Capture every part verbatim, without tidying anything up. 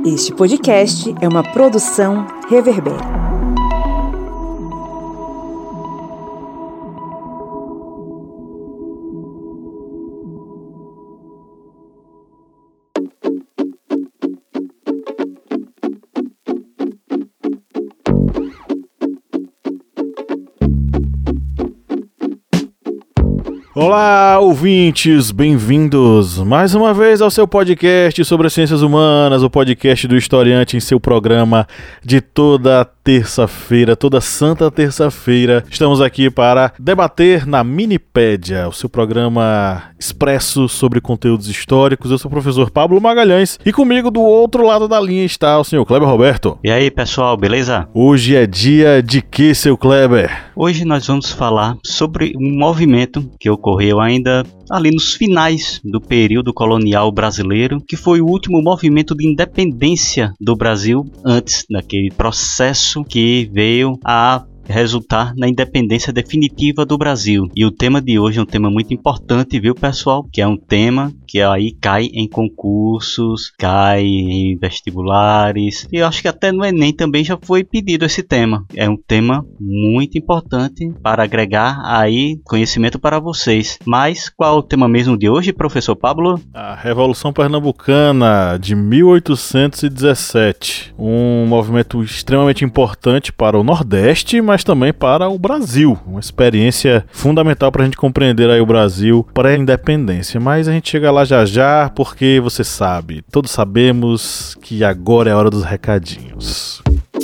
Este podcast é uma produção Reverber. Olá, ouvintes, bem-vindos mais uma vez ao seu podcast sobre as ciências humanas, o podcast do Historiante em seu programa de toda terça-feira, toda santa terça-feira. Estamos aqui para debater na Minipédia, o seu programa expresso sobre conteúdos históricos. Eu sou o professor Pablo Magalhães e comigo do outro lado da linha está o senhor Kleber Roberto. E aí, pessoal, beleza? Hoje é dia de quê, seu Kleber? Hoje nós vamos falar sobre um movimento que ocorreu ainda ali nos finais do período colonial brasileiro, que foi o último movimento de independência do Brasil antes daquele processo que veio a resultar na independência definitiva do Brasil. E o tema de hoje é um tema muito importante, viu, pessoal? Que é um tema que aí cai em concursos, cai em vestibulares, e eu acho que até no Enem também já foi pedido esse tema. É um tema muito importante para agregar aí conhecimento para vocês. Mas qual é o tema mesmo de hoje, professor Pablo? A Revolução Pernambucana de mil oitocentos e dezessete. Um movimento extremamente importante para o Nordeste, mas também para o Brasil. Uma experiência fundamental para a gente compreender aí o Brasil pré-independência. Mas a gente chega lá já já, porque você sabe, todos sabemos que agora é a hora dos recadinhos.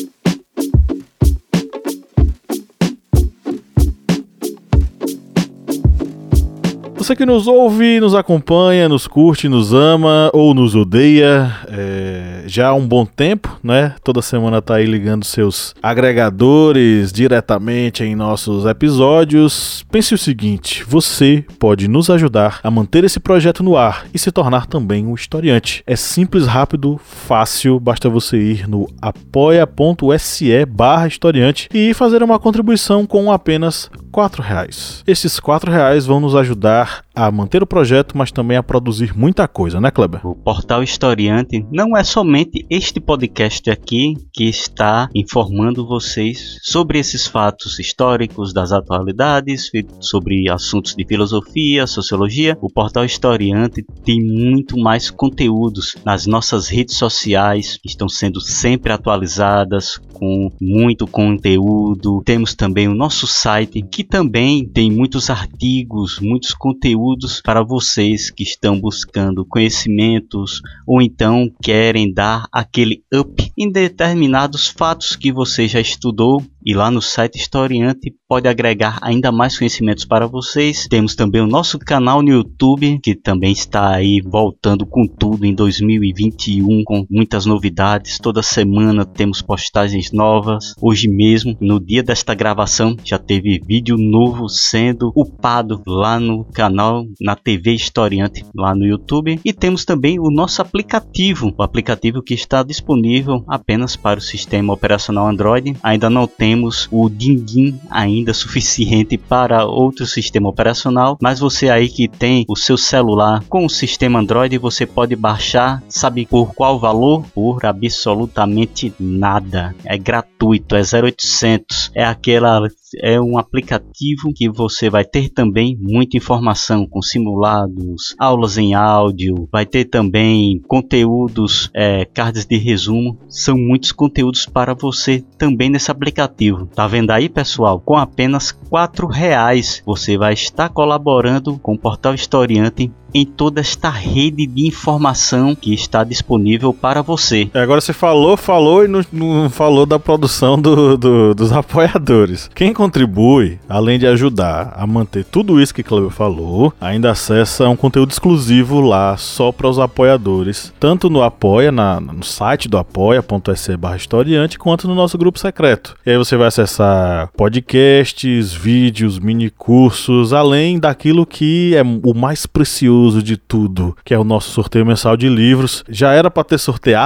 Você que nos ouve, nos acompanha, nos curte, nos ama ou nos odeia é, já há um bom tempo, né? Toda semana tá aí ligando seus agregadores diretamente em nossos episódios. Pense o seguinte, você pode nos ajudar a manter esse projeto no ar e se tornar também um historiante. É simples, rápido, fácil, basta você ir no apoia.se barra historiante e fazer uma contribuição com apenas quatro reais. Esses quatro reais vão nos ajudar a manter o projeto, mas também a produzir muita coisa, né, Kleber? O Portal Historiante não é somente este podcast aqui que está informando vocês sobre esses fatos históricos das atualidades, sobre assuntos de filosofia, sociologia. O Portal Historiante tem muito mais conteúdos nas nossas redes sociais, que estão sendo sempre atualizadas com muito conteúdo. Temos também o nosso site, que também tem muitos artigos, muitos conteúdos para vocês que estão buscando conhecimentos ou então querem dar aquele up em determinados fatos que você já estudou. E lá no site Historiante pode agregar ainda mais conhecimentos para vocês. Temos também o nosso canal no YouTube, que também está aí voltando com tudo em dois mil e vinte e um, com muitas novidades. Toda semana temos postagens novas. Hoje mesmo, no dia desta gravação, já teve vídeo novo sendo upado lá no canal, na T V Historiante, lá no YouTube. E temos também o nosso aplicativo, o aplicativo que está disponível apenas para o sistema operacional Android. Ainda não tem Temos o Dindim ainda suficiente para outro sistema operacional, mas você aí que tem o seu celular com o sistema Android, você pode baixar, sabe por qual valor? Por absolutamente nada. É gratuito, é zero oitocentos, é aquela... É um aplicativo que você vai ter também muita informação com simulados, aulas em áudio, vai ter também conteúdos, é, cards de resumo. São muitos conteúdos para você também nesse aplicativo. Tá vendo aí, pessoal? Com apenas quatro reais você vai estar colaborando com o Portal Historiante em toda esta rede de informação que está disponível para você. Agora você falou, falou e não, não falou da produção do, do, dos apoiadores. Quem contribui, além de ajudar a manter tudo isso que Cleber falou, ainda acessa um conteúdo exclusivo lá só para os apoiadores, tanto no Apoia, na, no site do apoia.se barra historiante, quanto no nosso grupo secreto. E aí você vai acessar podcasts, vídeos, mini cursos, além daquilo que é o mais precioso de tudo, que é o nosso sorteio mensal de livros. Já era para ter sorteado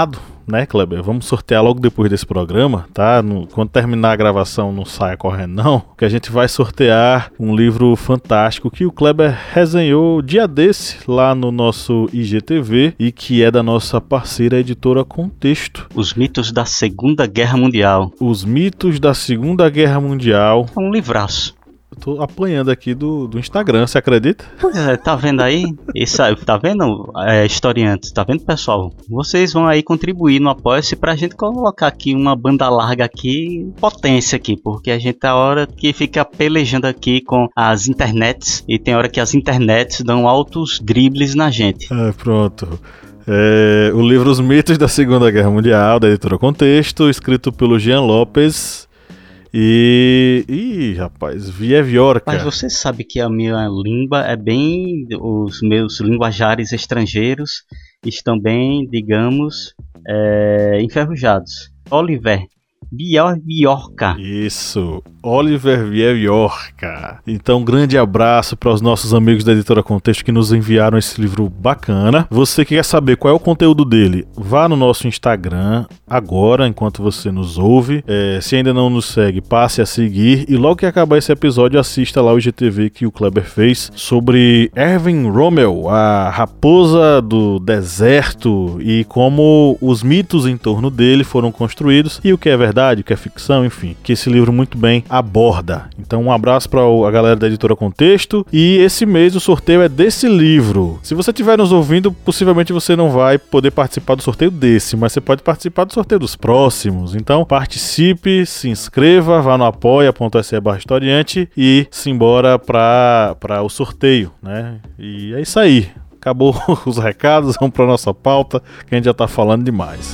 né, Kleber? Vamos sortear logo depois desse programa, tá? No, quando terminar a gravação, não saia correndo não, que a gente vai sortear um livro fantástico que o Kleber resenhou dia desse lá no nosso I G T V e que é da nossa parceira editora Contexto. Os mitos da Segunda Guerra Mundial. Os mitos da Segunda Guerra Mundial. É um livraço. Tô apanhando aqui do, do Instagram, você acredita? Pois é, tá vendo aí? Isso aí, tá vendo, é, historiantes? Tá vendo, pessoal? Vocês vão aí contribuir no Apoia-se pra gente colocar aqui uma banda larga aqui, potência aqui, porque a gente tá a hora que fica pelejando aqui com as internets e tem hora que as internets dão altos dribles na gente. É, pronto. É, o livro Os Mitos da Segunda Guerra Mundial, da editora Contexto, escrito pelo Jean Lopes. E... Ih, rapaz, Vieviorca. Mas você sabe que a minha língua é bem... Os meus linguajares estrangeiros estão bem, digamos, é, enferrujados. Oliver Vieviorca. Isso, Oliver Vieviorca. Então, um grande abraço para os nossos amigos da editora Contexto que nos enviaram esse livro bacana. Você que quer saber qual é o conteúdo dele, vá no nosso Instagram agora, enquanto você nos ouve. É, se ainda não nos segue, passe a seguir. E logo que acabar esse episódio, assista lá o I G T V que o Kleber fez sobre Erwin Rommel, a raposa do deserto, e como os mitos em torno dele foram construídos e o que é verdade, o que é ficção, enfim, que esse livro muito bem aborda. Então um abraço para a galera da editora Contexto, e esse mês o sorteio é desse livro. Se você estiver nos ouvindo, possivelmente você não vai poder participar do sorteio desse, mas você pode participar do sorteio dos próximos. Então participe, se inscreva, vá no apoia.se barra historiante e se embora para o sorteio, né? E é isso aí. Acabou os recados, vamos para nossa pauta, que a gente já está falando demais.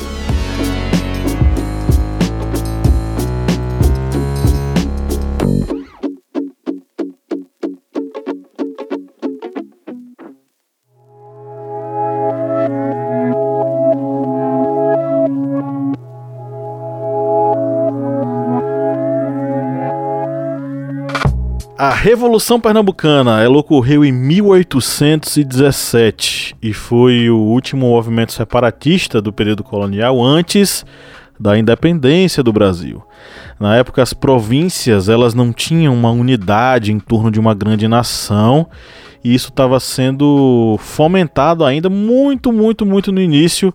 A Revolução Pernambucana, ela ocorreu em mil oitocentos e dezessete e foi o último movimento separatista do período colonial antes da independência do Brasil. Na época, as províncias elas não tinham uma unidade em torno de uma grande nação, e isso estava sendo fomentado ainda muito, muito, muito no início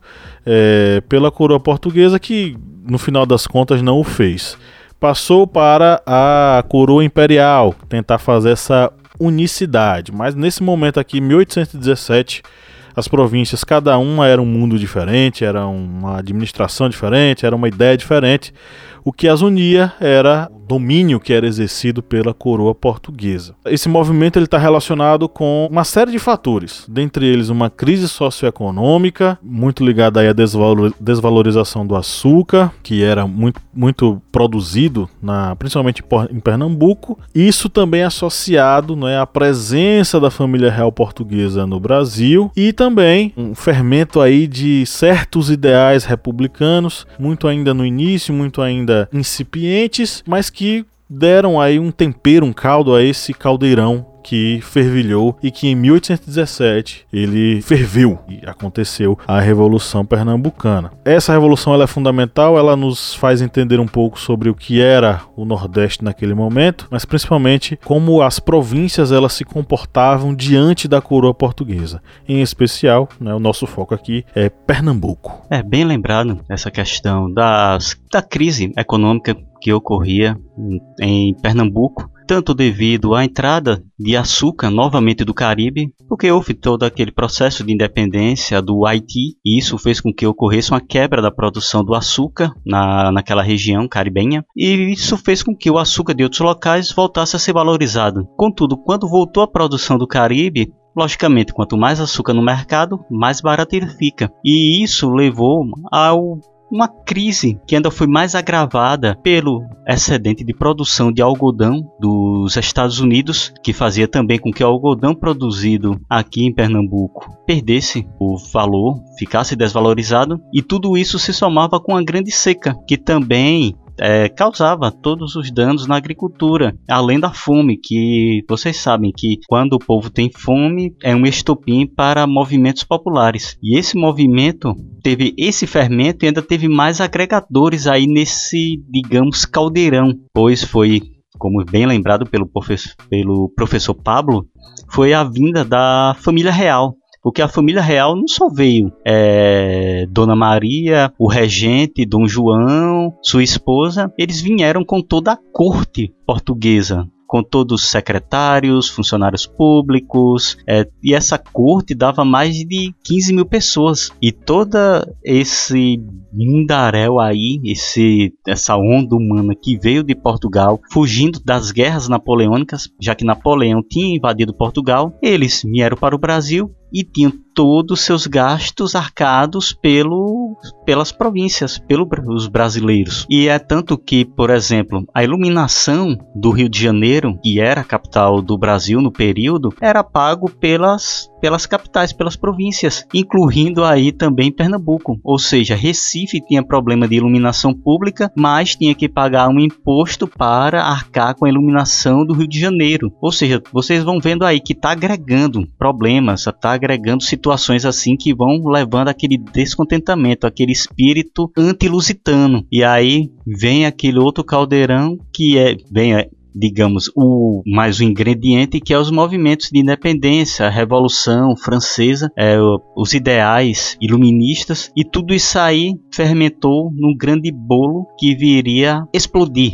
é, pela coroa portuguesa, que no final das contas não o fez. Passou para a coroa imperial tentar fazer essa unicidade, mas nesse momento aqui, em mil oitocentos e dezessete, as províncias, cada uma era um mundo diferente, era uma administração diferente, era uma ideia diferente. O que as unia era o domínio que era exercido pela coroa portuguesa. Esse movimento está relacionado com uma série de fatores, dentre eles uma crise socioeconômica, muito ligada aí à desvalor, desvalorização do açúcar, que era muito, muito produzido, na, principalmente em Pernambuco. Isso também associado, né, à presença da família real portuguesa no Brasil, e também um fermento aí de certos ideais republicanos, muito ainda no início, muito ainda incipientes, mas que deram aí um tempero, um caldo a esse caldeirão que fervilhou e que em mil oitocentos e dezessete ele ferveu e aconteceu a Revolução Pernambucana. Essa revolução ela é fundamental, ela nos faz entender um pouco sobre o que era o Nordeste naquele momento, mas principalmente como as províncias elas se comportavam diante da coroa portuguesa. Em especial, né, o nosso foco aqui é Pernambuco. É bem lembrado essa questão das, da crise econômica que ocorria em Pernambuco, tanto devido à entrada de açúcar novamente do Caribe, porque houve todo aquele processo de independência do Haiti, e isso fez com que ocorresse uma quebra da produção do açúcar na, naquela região caribenha, e isso fez com que o açúcar de outros locais voltasse a ser valorizado. Contudo, quando voltou a produção do Caribe, logicamente, quanto mais açúcar no mercado, mais barato ele fica, e isso levou ao uma crise que ainda foi mais agravada pelo excedente de produção de algodão dos Estados Unidos, que fazia também com que o algodão produzido aqui em Pernambuco perdesse o valor, ficasse desvalorizado, e tudo isso se somava com a grande seca, que também é, causava todos os danos na agricultura, além da fome, que vocês sabem que quando o povo tem fome é um estopim para movimentos populares. E esse movimento teve esse fermento e ainda teve mais agregadores aí nesse, digamos, caldeirão, pois foi, como bem lembrado pelo professor, pelo professor Pablo, foi a vinda da família real. Porque a família real não só veio é, Dona Maria, o regente, Dom João, sua esposa, eles vieram com toda a corte portuguesa, com todos os secretários, funcionários públicos, é, e essa corte dava mais de quinze mil pessoas. E toda esse mundaréu aí, esse, essa onda humana que veio de Portugal, fugindo das guerras napoleônicas, já que Napoleão tinha invadido Portugal, eles vieram para o Brasil e tinham todos os seus gastos arcados pelo, pelas províncias, pelos brasileiros. E é tanto que, por exemplo, a iluminação do Rio de Janeiro, que era a capital do Brasil no período, era pago pelas, pelas capitais, pelas províncias, incluindo aí também Pernambuco. Ou seja, Recife tinha problema de iluminação pública, mas tinha que pagar um imposto para arcar com a iluminação do Rio de Janeiro. Ou seja, vocês vão vendo aí que está agregando problemas, está agregando situações assim que vão levando aquele descontentamento, aquele espírito anti-lusitano. E aí vem aquele outro caldeirão que é, vem, digamos, o mais o ingrediente, que é os movimentos de independência, a Revolução Francesa, é, os ideais iluministas, e tudo isso aí fermentou num grande bolo que viria explodir.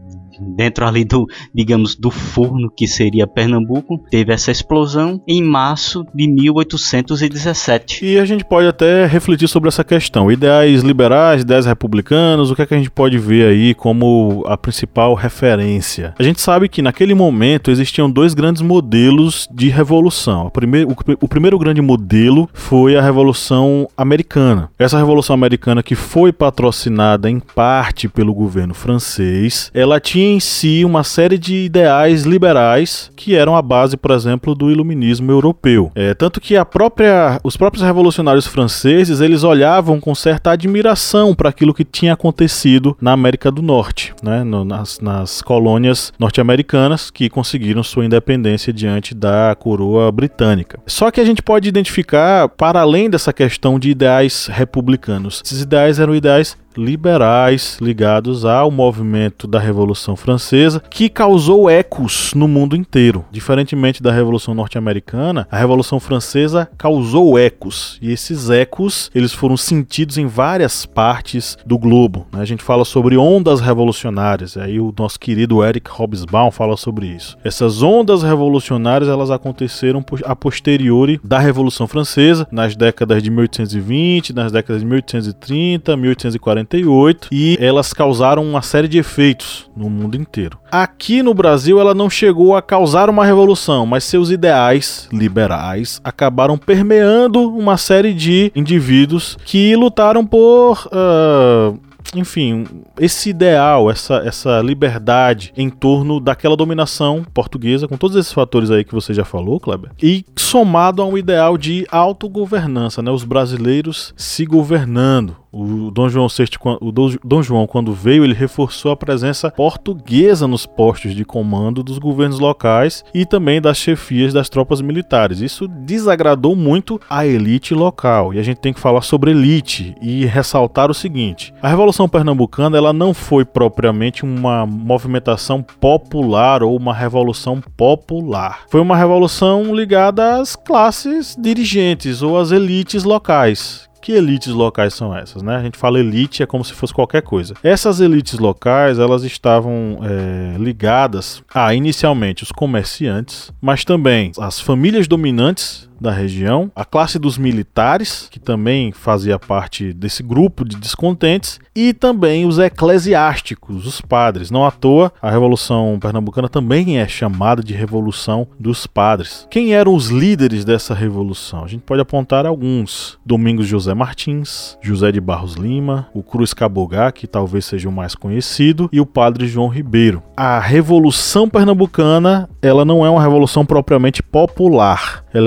Dentro ali do, digamos, do forno que seria Pernambuco, teve essa explosão em março de mil oitocentos e dezessete. E a gente pode até refletir sobre essa questão. Ideais liberais, ideais republicanos, o que é que a gente pode ver aí como a principal referência? A gente sabe que naquele momento existiam dois grandes modelos de revolução. O primeiro, o, o primeiro grande modelo foi a Revolução Americana. Essa Revolução Americana, que foi patrocinada em parte pelo governo francês, ela tinha em si uma série de ideais liberais que eram a base, por exemplo, do iluminismo europeu. É, tanto que a própria, os próprios revolucionários franceses, eles olhavam com certa admiração para aquilo que tinha acontecido na América do Norte, né, no, nas, nas colônias norte-americanas que conseguiram sua independência diante da coroa britânica. Só que a gente pode identificar, para além dessa questão de ideais republicanos, esses ideais eram ideais liberais ligados ao movimento da Revolução Francesa, que causou ecos no mundo inteiro. Diferentemente da Revolução Norte-Americana, a Revolução Francesa causou ecos, e esses ecos eles foram sentidos em várias partes do globo. A gente fala sobre ondas revolucionárias, aí o nosso querido Eric Hobsbawm fala sobre isso. Essas ondas revolucionárias elas aconteceram a posteriori da Revolução Francesa, nas décadas de mil oitocentos e vinte, nas décadas de mil oitocentos e trinta, mil oitocentos e quarenta e oito, e elas causaram uma série de efeitos no mundo inteiro. Aqui no Brasil ela não chegou a causar uma revolução, mas seus ideais liberais acabaram permeando uma série de indivíduos que lutaram por... Uh, enfim, esse ideal, essa, essa liberdade em torno daquela dominação portuguesa, com todos esses fatores aí que você já falou, Kleber, e somado a um ideal de autogovernança, né? Os brasileiros se governando. O Dom João sexto, o Dom João, quando veio, ele reforçou a presença portuguesa nos postos de comando dos governos locais e também das chefias das tropas militares. Isso desagradou muito a elite local, e a gente tem que falar sobre elite e ressaltar o seguinte: a Revolução Pernambucana ela não foi propriamente uma movimentação popular ou uma revolução popular. Foi uma revolução ligada às classes dirigentes ou às elites locais. Que elites locais são essas, né? A gente fala elite é como se fosse qualquer coisa. Essas elites locais, elas estavam é, ligadas a, inicialmente, os comerciantes, mas também as famílias dominantes da região, a classe dos militares, que também fazia parte desse grupo de descontentes, e também os eclesiásticos, os padres. Não à toa, a Revolução Pernambucana também é chamada de Revolução dos Padres. Quem eram os líderes dessa revolução? A gente pode apontar alguns: Domingos José Martins, José de Barros Lima, o Cruz Cabogá, que talvez seja o mais conhecido, e o padre João Ribeiro. A Revolução Pernambucana, ela não é uma revolução propriamente popular, ela é uma revolução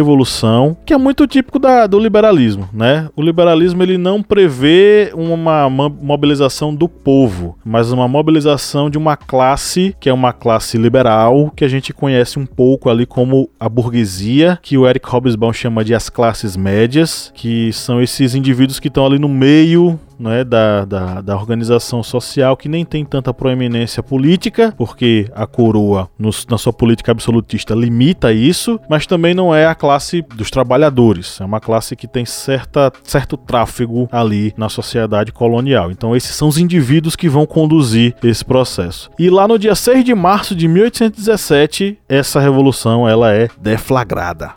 revolução, que é muito típico da, do liberalismo, né? O liberalismo ele não prevê uma mobilização do povo, mas uma mobilização de uma classe, que é uma classe liberal, que a gente conhece um pouco ali como a burguesia, que o Eric Hobsbawm chama de as classes médias, que são esses indivíduos que estão ali no meio, né, da, da, da organização social, que nem tem tanta proeminência política, porque a coroa, nos, na sua política absolutista, limita isso, mas também não é a classe dos trabalhadores, é uma classe que tem certa, certo tráfego ali na sociedade colonial. Então esses são os indivíduos que vão conduzir esse processo. E lá no dia seis de março de mil oitocentos e dezessete, essa revolução ela é deflagrada.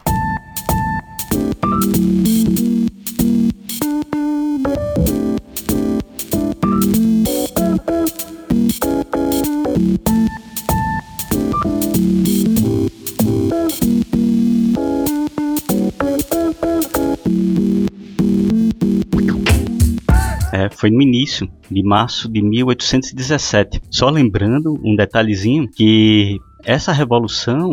É, foi no início de março de mil oitocentos e dezessete. Só lembrando um detalhezinho que essa revolução,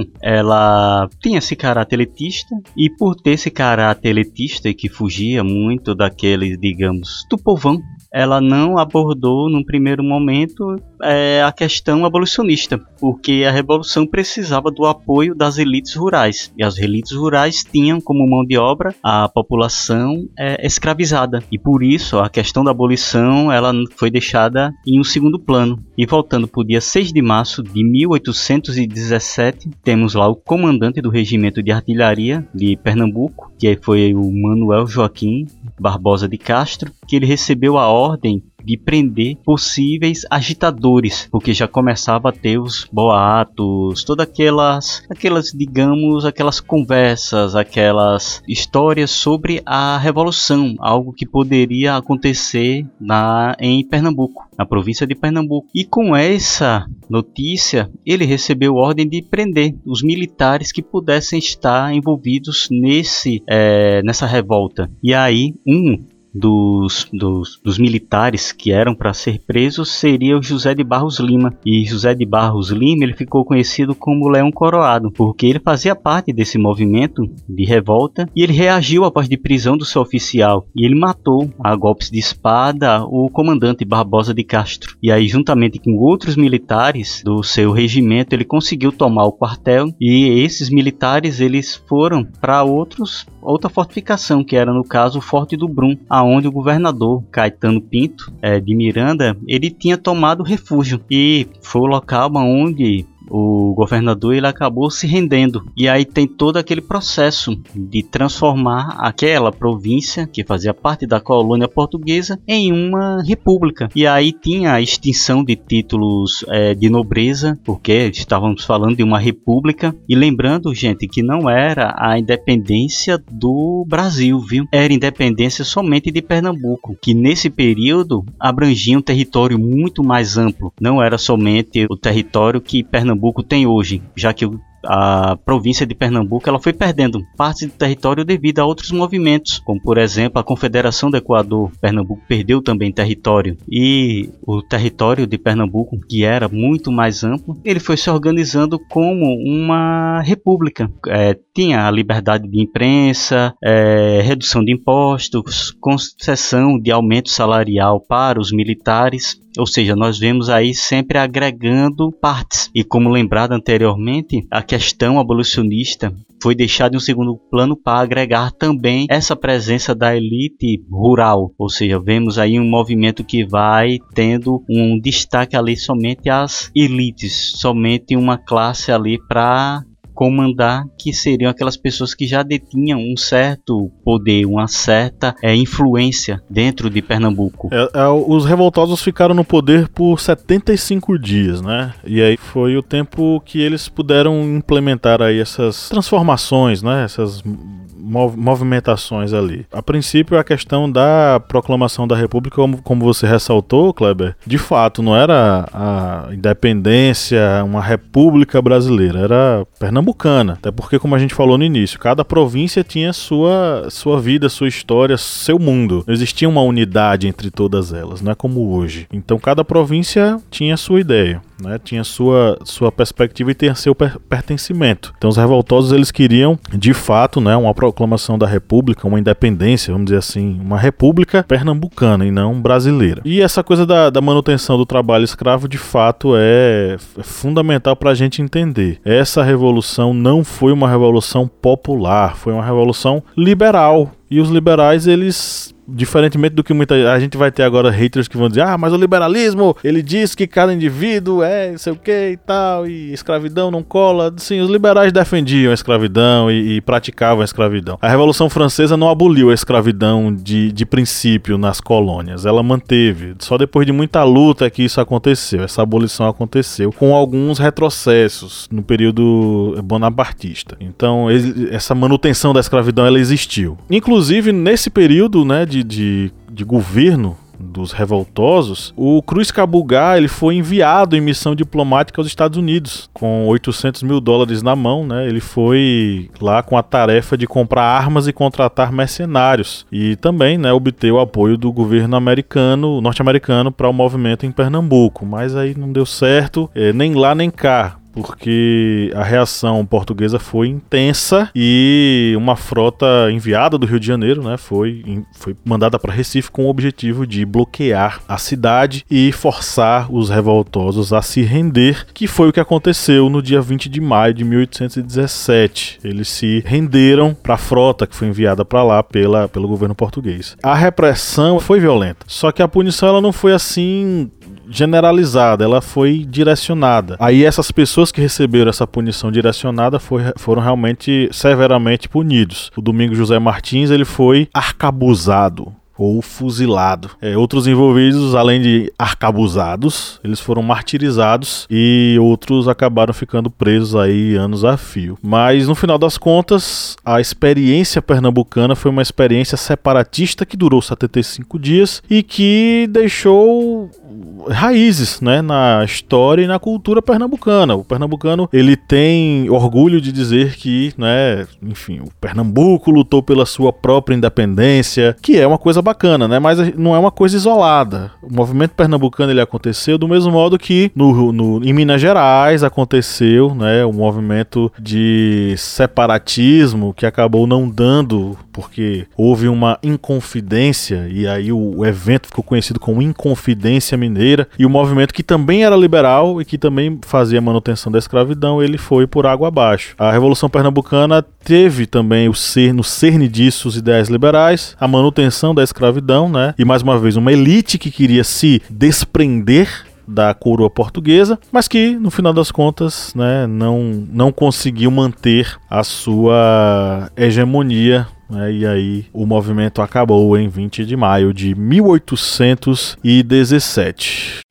ela tinha esse caráter elitista, e por ter esse caráter elitista que fugia muito daqueles, digamos, do povão, ela não abordou num primeiro momento é, a questão abolicionista, porque a revolução precisava do apoio das elites rurais, e as elites rurais tinham como mão de obra a população é, escravizada, e por isso a questão da abolição ela foi deixada em um segundo plano. E voltando para o dia seis de março de mil oitocentos e dezessete, temos lá o comandante do Regimento de Artilharia de Pernambuco, que foi o Manuel Joaquim Barbosa de Castro, que ele recebeu a ordem de prender possíveis agitadores, porque já começava a ter os boatos, todas aquelas, aquelas, digamos, aquelas conversas, aquelas histórias sobre a revolução, algo que poderia acontecer na, em Pernambuco, na província de Pernambuco. E com essa notícia, ele recebeu ordem de prender os militares que pudessem estar envolvidos nesse, é, nessa revolta. E aí, um Dos, dos, dos militares que eram para ser presos seria o José de Barros Lima. E José de Barros Lima ele ficou conhecido como Leão Coroado, porque ele fazia parte desse movimento de revolta, e ele reagiu após de prisão do seu oficial, e ele matou a golpes de espada o comandante Barbosa de Castro. E aí, juntamente com outros militares do seu regimento, ele conseguiu tomar o quartel, e esses militares eles foram para outros outra fortificação, que era no caso o Forte do Brum, aonde o governador Caetano Pinto é, de Miranda, ele tinha tomado refúgio, e foi o local onde o governador ele acabou se rendendo. E aí tem todo aquele processo de transformar aquela província que fazia parte da colônia portuguesa em uma república. E aí tinha a extinção de títulos é, de nobreza, porque estávamos falando de uma república. E lembrando, gente, que não era a independência do Brasil, viu? Era independência somente de Pernambuco, que nesse período abrangia um território muito mais amplo. Não era somente o território que Pernambuco tem hoje, já que a província de Pernambuco ela foi perdendo parte do território devido a outros movimentos, como por exemplo a Confederação do Equador. Pernambuco perdeu também território, e o território de Pernambuco, que era muito mais amplo, ele foi se organizando como uma república. É, tinha a liberdade de imprensa, é, redução de impostos, concessão de aumento salarial para os militares. Ou seja, nós vemos aí sempre agregando partes. E como lembrado anteriormente, a questão abolicionista foi deixada em um segundo plano para agregar também essa presença da elite rural. Ou seja, vemos aí um movimento que vai tendo um destaque ali somente às elites, somente uma classe ali para comandar, que seriam aquelas pessoas que já detinham um certo poder, uma certa é, influência dentro de Pernambuco. É, é, os revoltosos ficaram no poder por setenta e cinco dias, né? E aí foi o tempo que eles puderam implementar aí essas transformações, né? Essas mov- movimentações ali. A princípio, a questão da proclamação da República, como, como você ressaltou, Kleber, de fato, não era a independência, uma república brasileira, era pernambucana. Até porque, como a gente falou no início, cada província tinha sua, sua vida, sua história, seu mundo. Não existia uma unidade entre todas elas, não é como hoje. Então, cada província tinha sua ideia, né? Tinha sua, sua perspectiva e tinha seu per- pertencimento. Então, os revoltosos, eles queriam, de fato, né, uma proclamação da República, uma independência, vamos dizer assim, uma república pernambucana e não brasileira. E essa coisa da, da manutenção do trabalho escravo, de fato, é, é fundamental para a gente entender. Essa revolução não foi uma revolução popular, foi uma revolução liberal. E os liberais, eles, diferentemente do que muita a gente vai ter agora haters que vão dizer, ah, mas o liberalismo, ele diz que cada indivíduo é não sei o que e tal, e escravidão não cola. Sim, os liberais defendiam a escravidão e, e praticavam a escravidão. A Revolução Francesa não aboliu a escravidão de, de princípio nas colônias, ela manteve. Só depois de muita luta é que isso aconteceu, essa abolição aconteceu, com alguns retrocessos no período bonapartista. Então, essa manutenção da escravidão, ela existiu. Inclusive, Inclusive, nesse período, né, de, de, de governo dos revoltosos, o Cruz Cabugá, ele foi enviado em missão diplomática aos Estados Unidos, com oitocentos mil dólares na mão, né? Ele foi lá com a tarefa de comprar armas e contratar mercenários, e também, né, obter o apoio do governo americano, norte-americano, para o movimento em Pernambuco, mas aí não deu certo, é, nem lá nem cá, porque a reação portuguesa foi intensa e uma frota enviada do Rio de Janeiro, né, foi, foi mandada para Recife com o objetivo de bloquear a cidade e forçar os revoltosos a se render, que foi o que aconteceu no dia vinte de maio de mil oitocentos e dezessete. Eles se renderam para a frota que foi enviada para lá pela, pelo governo português. A repressão foi violenta, só que a punição ela não foi assim generalizada, ela foi direcionada. Aí essas pessoas que receberam essa punição direcionada foi, foram realmente severamente punidos. O Domingos José Martins, ele foi arcabuzado ou fuzilado. É, outros envolvidos, além de arcabuzados, eles foram martirizados e outros acabaram ficando presos aí anos a fio. Mas no final das contas, a experiência pernambucana foi uma experiência separatista que durou setenta e cinco dias e que deixou raízes, né, na história e na cultura pernambucana. O pernambucano, ele tem orgulho de dizer que, né, enfim, o Pernambuco lutou pela sua própria independência, que é uma coisa bacana, né, mas não é uma coisa isolada. O movimento pernambucano, ele aconteceu do mesmo modo que no, no, em Minas Gerais aconteceu, né, o movimento de separatismo que acabou não dando, porque houve uma inconfidência, e aí o, o evento ficou conhecido como Inconfidência Mineira, e o movimento que também era liberal e que também fazia a manutenção da escravidão, ele foi por água abaixo. A Revolução Pernambucana teve também o ser, no cerne disso os ideais liberais, a manutenção da escravidão, né? E mais uma vez uma elite que queria se desprender da coroa portuguesa, mas que no final das contas, né, não, não conseguiu manter a sua hegemonia, né, e aí o movimento acabou em vinte de maio de mil oitocentos e dezessete.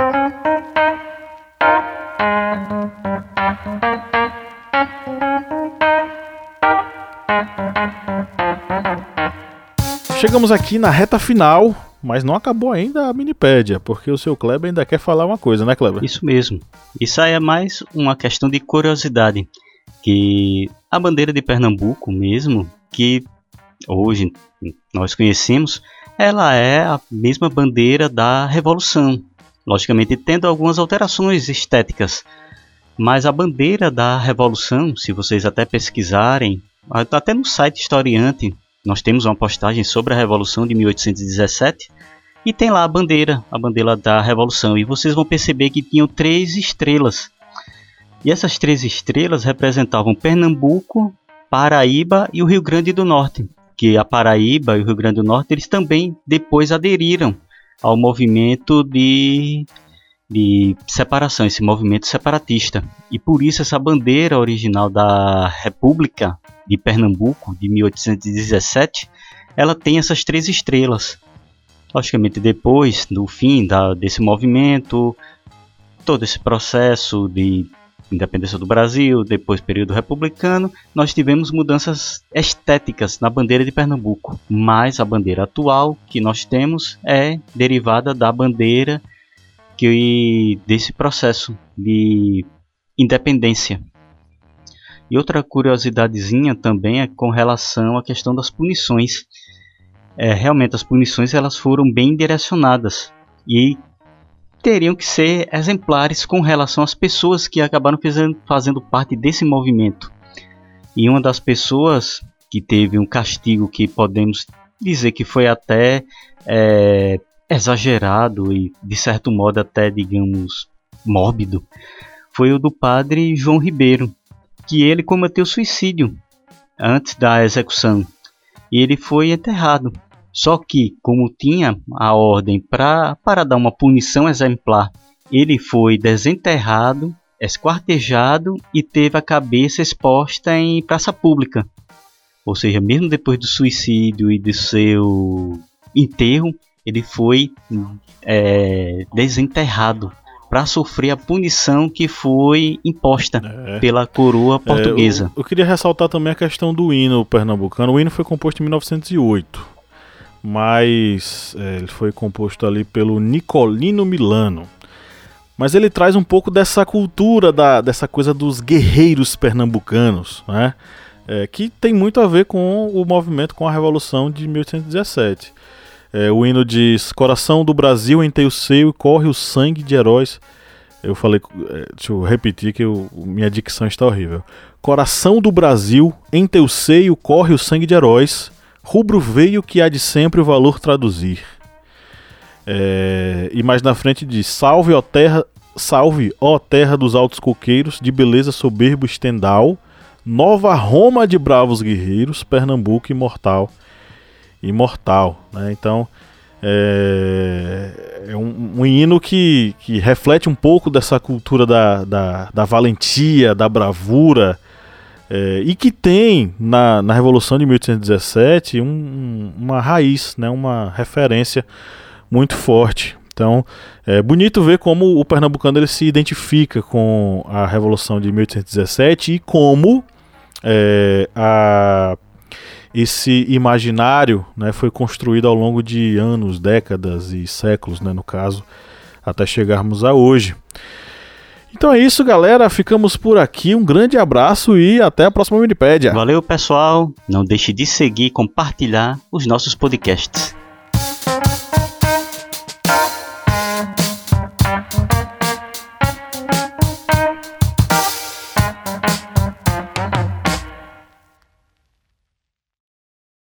Chegamos aqui na reta final, mas não acabou ainda a Minipédia, porque o seu Kleber ainda quer falar uma coisa, né, Kleber? Isso mesmo. Isso aí é mais uma questão de curiosidade, que a bandeira de Pernambuco mesmo, que hoje nós conhecemos, ela é a mesma bandeira da Revolução, logicamente tendo algumas alterações estéticas, mas a bandeira da Revolução, se vocês até pesquisarem, até no site Historiante, nós temos uma postagem sobre a Revolução de mil oitocentos e dezessete e tem lá a bandeira, a bandeira da Revolução, e vocês vão perceber que tinham três estrelas. E essas três estrelas representavam Pernambuco, Paraíba e o Rio Grande do Norte, que a Paraíba e o Rio Grande do Norte eles também depois aderiram ao movimento de, de separação, esse movimento separatista. E por isso essa bandeira original da República de Pernambuco, de mil oitocentos e dezessete, ela tem essas três estrelas. Logicamente, depois do fim da, desse movimento, todo esse processo de independência do Brasil, depois período republicano, nós tivemos mudanças estéticas na bandeira de Pernambuco. Mas a bandeira atual que nós temos é derivada da bandeira que desse processo de independência. E outra curiosidadezinha também é com relação à questão das punições. É, realmente as punições elas foram bem direcionadas e teriam que ser exemplares com relação às pessoas que acabaram fazendo, fazendo parte desse movimento. E uma das pessoas que teve um castigo que podemos dizer que foi até é, exagerado e de certo modo até, digamos, mórbido, foi o do padre João Ribeiro, que ele cometeu suicídio antes da execução e ele foi enterrado. Só que, como tinha a ordem pra, para dar uma punição exemplar, ele foi desenterrado, esquartejado e teve a cabeça exposta em praça pública. Ou seja, mesmo depois do suicídio e do seu enterro, ele foi é, desenterrado para sofrer a punição que foi imposta é. pela coroa portuguesa. É, eu, eu queria ressaltar também a questão do hino pernambucano. O hino foi composto em mil novecentos e oito, mas é, ele foi composto ali pelo Nicolino Milano. Mas ele traz um pouco dessa cultura, da, dessa coisa dos guerreiros pernambucanos, né? É, que tem muito a ver com o movimento, com a Revolução de mil oitocentos e dezessete. É, o hino diz: coração do Brasil, em teu seio corre o sangue de heróis. Eu falei, é, deixa eu repetir que eu, minha dicção está horrível. Coração do Brasil, em teu seio corre o sangue de heróis, rubro veio que há de sempre o valor traduzir. É, e mais na frente diz: salve ó terra, salve ó terra dos altos coqueiros, de beleza soberbo estendal, Nova Roma de bravos guerreiros, Pernambuco imortal. Imortal, né? Então é, é um, um hino que, que reflete um pouco dessa cultura da, da, da valentia, da bravura, é, e que tem na, na Revolução de mil oitocentos e dezessete um, uma raiz, né? Uma referência muito forte. Então é bonito ver como o pernambucano ele se identifica com a Revolução de mil oitocentos e dezessete e como é, a, esse imaginário, né, foi construído ao longo de anos, décadas e séculos, né, no caso, até chegarmos a hoje. Então é isso, galera. Ficamos por aqui. Um grande abraço e até a próxima Minipédia. Valeu, pessoal. Não deixe de seguir e compartilhar os nossos podcasts.